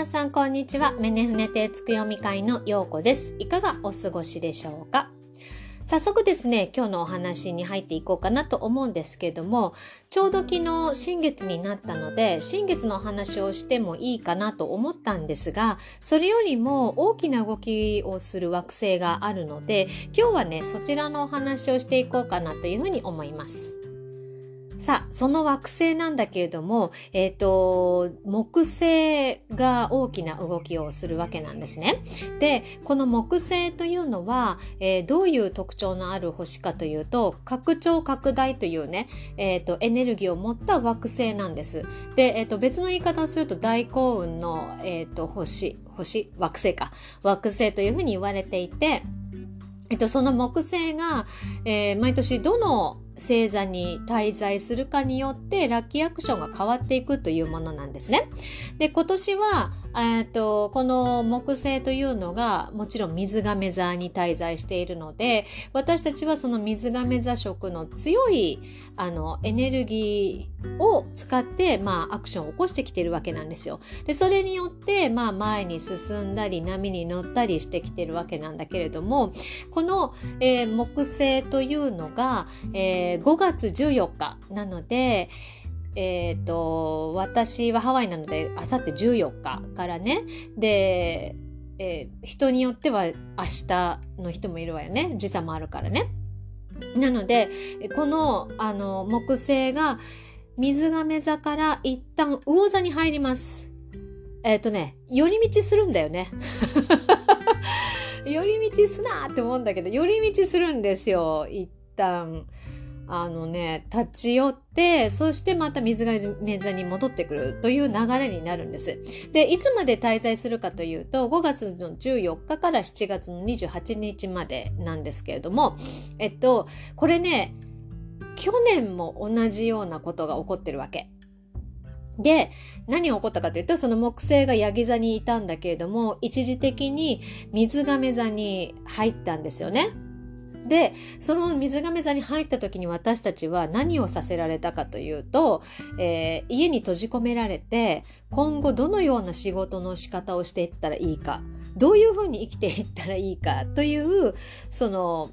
皆さんこんにちは。メネフネテつくよみ会のようこです。いかがお過ごしでしょうか。早速ですね、今日のお話に入っていこうかなと思うんですけれども、ちょうど昨日新月になったので、新月のお話をしてもいいかなと思ったんですが、それよりも大きな動きをする惑星があるので、今日はね、そちらのお話をしていこうかなというふうに思います。さあ、その惑星なんだけれども、木星が大きな動きをするわけなんですね。で、この木星というのは、どういう特徴のある星かというと、拡張拡大というね、エネルギーを持った惑星なんです。で、別の言い方をすると大幸運の、惑星というふうに言われていて、その木星が、毎年どの星座に滞在するかによってラッキーアクションが変わっていくというものなんですね。で、今年はこの木星というのがもちろん水亀座に滞在しているので、私たちはその水亀座色の強いエネルギーを使って、アクションを起こしてきているわけなんですよ。で、それによって、前に進んだり波に乗ったりしてきているわけなんだけれども、この、木星というのが、5月14日なので、私はハワイなのであさって14日からね。で、人によっては明日の人もいるわよね。時差もあるからね。なのでこの木星が水亀座から一旦魚座に入ります。寄り道するんだよね。寄り道すなーって思うんだけど、寄り道するんですよ。一旦立ち寄って、そしてまた水亀座に戻ってくるという流れになるんです。で、いつまで滞在するかというと、5月の14日から7月の28日までなんですけれども、これね、去年も同じようなことが起こってるわけ。で、何が起こったかというと、その木星がヤギ座にいたんだけれども、一時的に水亀座に入ったんですよね。で、その水亀座に入った時に私たちは何をさせられたかというと、家に閉じ込められて、今後どのような仕事の仕方をしていったらいいか、どういうふうに生きていったらいいかという、その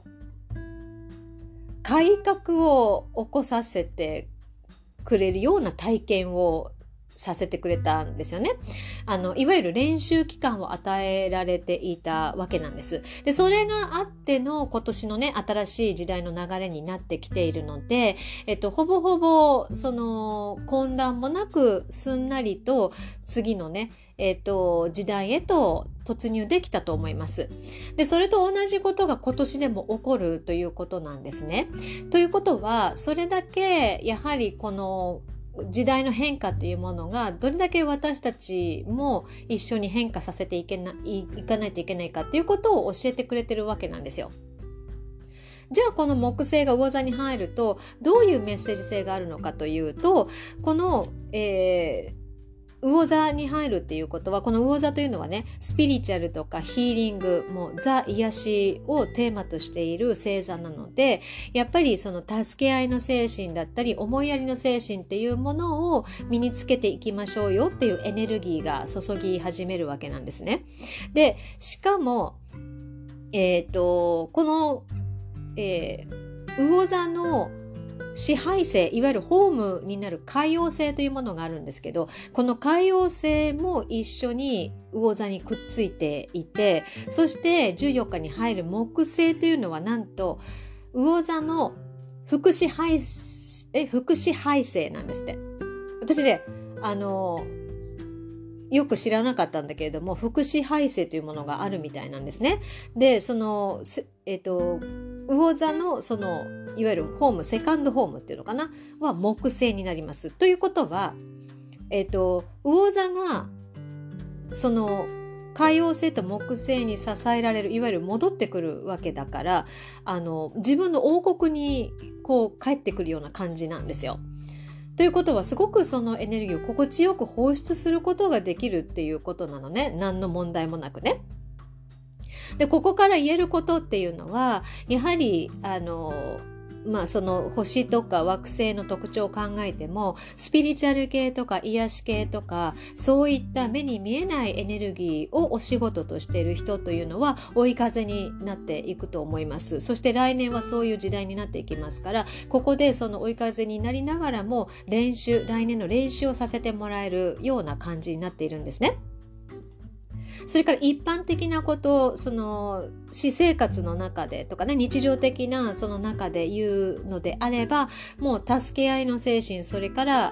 改革を起こさせてくれるような体験をさせてくれたんですよね。いわゆる練習期間を与えられていたわけなんです。で、それがあっての今年のね、新しい時代の流れになってきているので、ほぼほぼその混乱もなくすんなりと次のね、時代へと突入できたと思います。で、それと同じことが今年でも起こるということなんですね。ということは、それだけやはりこの時代の変化というものがどれだけ私たちも一緒に変化させていかないといけないかということを教えてくれてるわけなんですよ。じゃあこの木星が魚座に入るとどういうメッセージ性があるのかというと、この、魚座に入るっていうことは、この魚座というのはね、スピリチュアルとかヒーリング、もうザ・癒しをテーマとしている星座なので、やっぱりその助け合いの精神だったり思いやりの精神っていうものを身につけていきましょうよっていうエネルギーが注ぎ始めるわけなんですね。で、しかもこの、魚座の支配星、いわゆるホームになる海王星というものがあるんですけど、この海王星も一緒に魚座にくっついていて、そして14日に入る木星というのはなんと魚座の副支配星なんですって。私ね、よく知らなかったんだけれども、副支配星というものがあるみたいなんですね。で、その魚座のそのいわゆるホーム、セカンドホームっていうのかなは木星になります。ということは、魚座がその海王星と木星に支えられる、いわゆる戻ってくるわけだから、自分の王国にこう帰ってくるような感じなんですよ。ということは、すごくそのエネルギーを心地よく放出することができるっていうことなのね。何の問題もなくね。で、ここから言えることっていうのは、やはりその星とか惑星の特徴を考えても、スピリチュアル系とか癒し系とか、そういった目に見えないエネルギーをお仕事としている人というのは追い風になっていくと思います。そして来年はそういう時代になっていきますから、ここでその追い風になりながらも来年の練習をさせてもらえるような感じになっているんですね。それから一般的なこと、その私生活の中でとかね、日常的なその中で言うのであれば、もう助け合いの精神、それから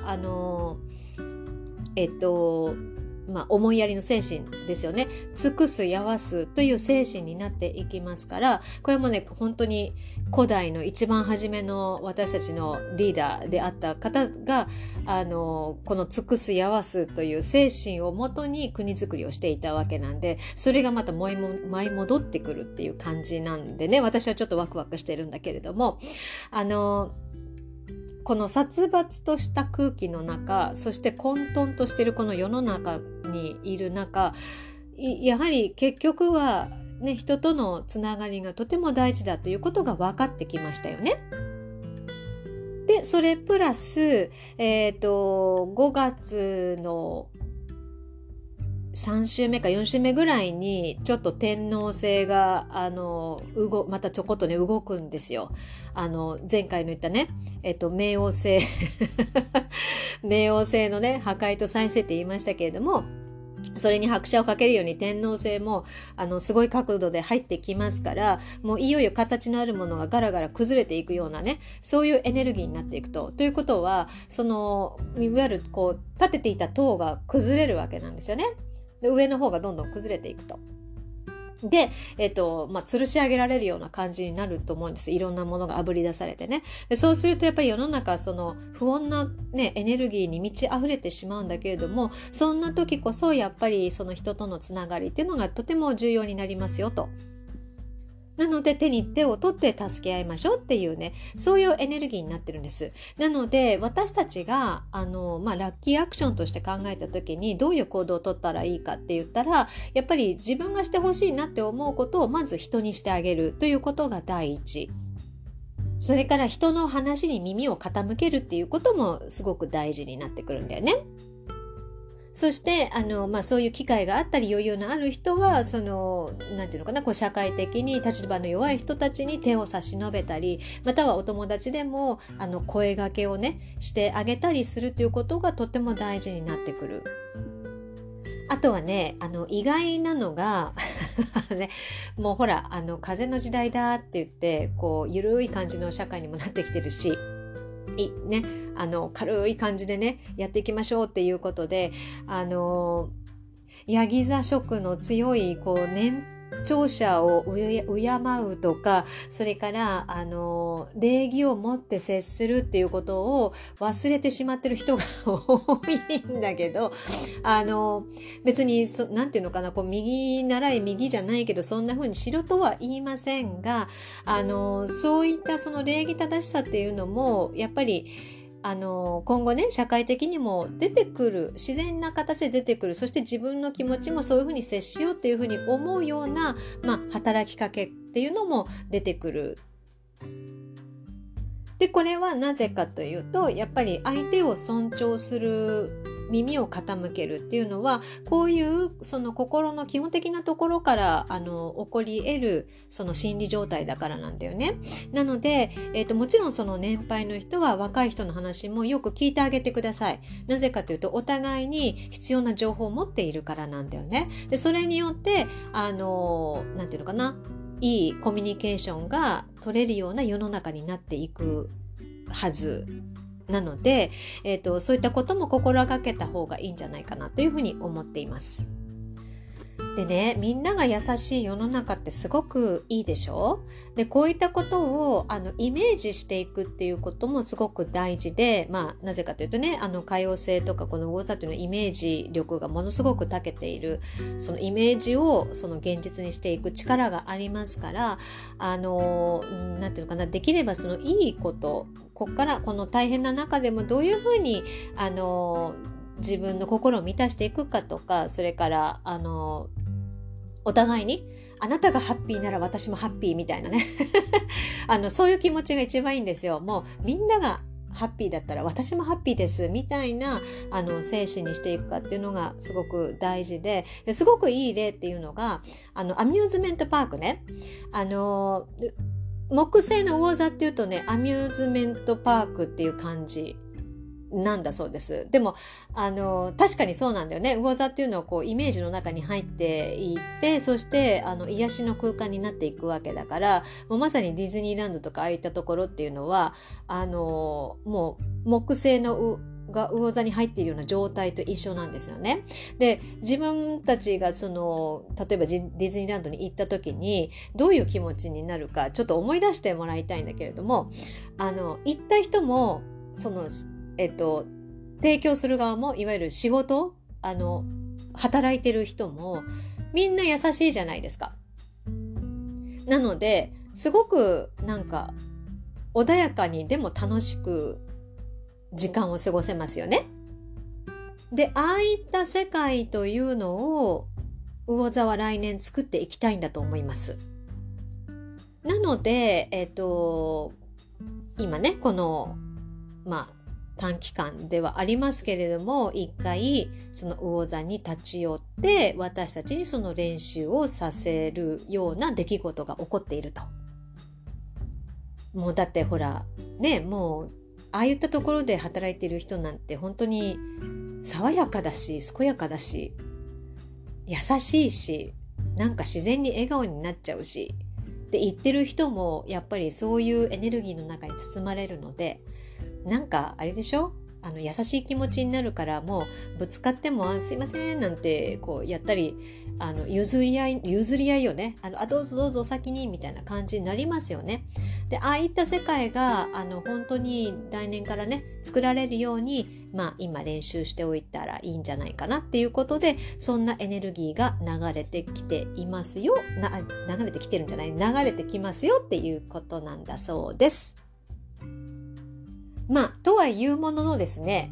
思いやりの精神ですよね。尽くす、やわすという精神になっていきますから、これもね、本当に古代の一番初めの私たちのリーダーであった方が、この尽くす、やわすという精神をもとに国づくりをしていたわけなんで、それがまた舞い戻ってくるっていう感じなんでね、私はちょっとワクワクしてるんだけれども、この殺伐とした空気の中、そして混沌としているこの世の中にいる中、やはり結局は、ね、人とのつながりがとても大事だということが分かってきましたよね。で、それプラス、5月の3週目か4週目ぐらいにちょっと天王星がまたちょこっとね動くんですよ。前回の言ったね、冥王星冥王星のね破壊と再生って言いましたけれども、それに拍車をかけるように天王星もすごい角度で入ってきますから、もういよいよ形のあるものがガラガラ崩れていくようなね、そういうエネルギーになっていくということは、そのいわゆるこう立てていた塔が崩れるわけなんですよね。で、上の方がどんどん崩れていくと。で、吊るし上げられるような感じになると思うんです。いろんなものがあぶり出されてね。で、そうするとやっぱり世の中その不穏なねエネルギーに満ち溢れてしまうんだけれども、そんな時こそやっぱりその人とのつながりっていうのがとても重要になりますよと。なので手に手を取って助け合いましょうっていうね、そういうエネルギーになってるんです。なので私たちがラッキーアクションとして考えた時にどういう行動を取ったらいいかって言ったら、やっぱり自分がしてほしいなって思うことをまず人にしてあげるということが第一。それから人の話に耳を傾けるっていうこともすごく大事になってくるんだよね。そしてそういう機会があったり余裕のある人はなんていうのかな、こう社会的に立場の弱い人たちに手を差し伸べたり、またはお友達でも声掛けをねしてあげたりするということがとても大事になってくる。あとはね、意外なのがね、もうほら風の時代だって言ってこうゆるい感じの社会にもなってきてるし、ね、軽い感じでねやっていきましょうっていうことで、ヤギ座色の強いこう年長者を敬うとか、それから礼儀を持って接するっていうことを忘れてしまってる人が多いんだけど、別になんていうのかな、こう右習い右じゃないけどそんな風にしろとは言いませんが、そういったその礼儀正しさっていうのもやっぱり今後ね社会的にも出てくる、自然な形で出てくる。そして自分の気持ちもそういうふうに接しようっていうふうに思うような、働きかけっていうのも出てくる。でこれはなぜかというと、やっぱり相手を尊重する、耳を傾けるっていうのは、こういうその心の基本的なところから起こり得るその心理状態だからなんだよね。なので、もちろんその年配の人は若い人の話もよく聞いてあげてください。なぜかというと、お互いに必要な情報を持っているからなんだよね。でそれによってなんていうのかな、いいコミュニケーションが取れるような世の中になっていくはずなので、そういったことも心がけた方がいいんじゃないかなというふうに思っています。でね、みんなが優しい世の中ってすごくいいでしょ？で、こういったことをイメージしていくっていうこともすごく大事で、なぜかというとね、海王星とかこの魚座というのはイメージ力がものすごく長けている、そのイメージをその現実にしていく力がありますから、なんていうのかな、できればそのいいこと、こっからこの大変な中でもどういうふうに自分の心を満たしていくかとか、それからお互いにあなたがハッピーなら私もハッピーみたいなねそういう気持ちが一番いいんですよ。もうみんながハッピーだったら私もハッピーですみたいな精神にしていくかっていうのがすごく大事ですごくいい例っていうのがアミューズメントパークね。木製の魚座っていうとね、アミューズメントパークっていう感じなんだそうです。でも確かにそうなんだよね。魚座っていうのはこうイメージの中に入っていって、そして癒しの空間になっていくわけだから、もうまさにディズニーランドとかああいったところっていうのはもう木製のが魚座に入っているような状態と一緒なんですよね。で、自分たちが例えばディズニーランドに行った時にどういう気持ちになるかちょっと思い出してもらいたいんだけれども、行った人も提供する側も、いわゆる仕事働いてる人もみんな優しいじゃないですか。なのですごくなんか穏やかにでも楽しく時間を過ごせますよね。で、ああいった世界というのを魚座は来年作っていきたいんだと思います。なので今ねこの短期間ではありますけれども、一回その魚座に立ち寄って私たちにその練習をさせるような出来事が起こっていると。もうだってほらね、もうああいったところで働いている人なんて本当に爽やかだし健やかだし優しいし、なんか自然に笑顔になっちゃうしで、言ってる人もやっぱりそういうエネルギーの中に包まれるので、なんかあれでしょ、優しい気持ちになるから、もうぶつかってもすいませんなんてこうやったり譲り合いよね。どうぞどうぞお先にみたいな感じになりますよね。で、ああいった世界が本当に来年からね作られるように、今練習しておいたらいいんじゃないかなっていうことで、そんなエネルギーが流れてきていますよ。流れてきてるんじゃない、流れてきますよっていうことなんだそうです。とはいうもののですね、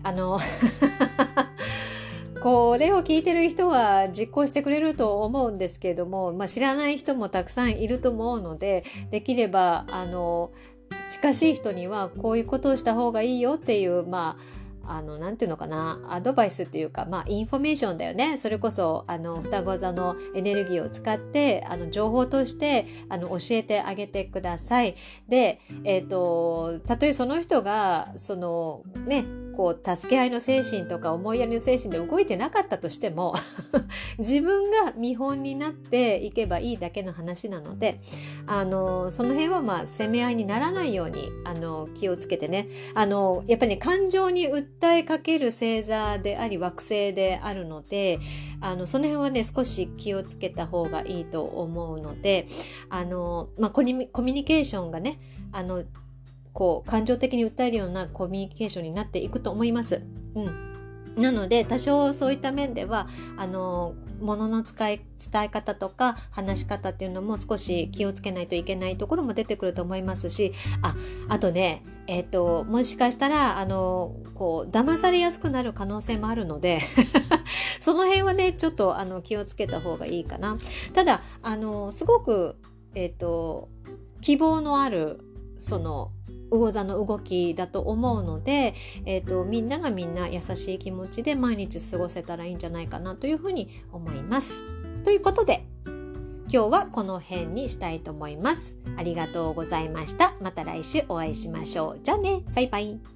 これを聞いてる人は実行してくれると思うんですけれども、知らない人もたくさんいると思うので、できれば近しい人にはこういうことをした方がいいよっていうなんていうのかな、アドバイスっていうか、インフォメーションだよね。それこそ双子座のエネルギーを使って情報として教えてあげてください。で、たとえその人がこう助け合いの精神とか思いやりの精神で動いてなかったとしても自分が見本になっていけばいいだけの話なので、その辺は責め合いにならないように気をつけてね。やっぱりね、感情に訴えかける星座であり惑星であるので、その辺はね少し気をつけた方がいいと思うので、コミュニケーションがねこう感情的に訴えるようなコミュニケーションになっていくと思います。なので多少そういった面では物の伝え方とか話し方っていうのも少し気をつけないといけないところも出てくると思いますし、あとねもしかしたらこう騙されやすくなる可能性もあるのでその辺はねちょっと気をつけた方がいいかな。ただすごく希望のあるその魚座の動きだと思うので、みんながみんな優しい気持ちで毎日過ごせたらいいんじゃないかなというふうに思います。ということで今日はこの辺にしたいと思います。ありがとうございました。また来週お会いしましょう。じゃあね、バイバイ。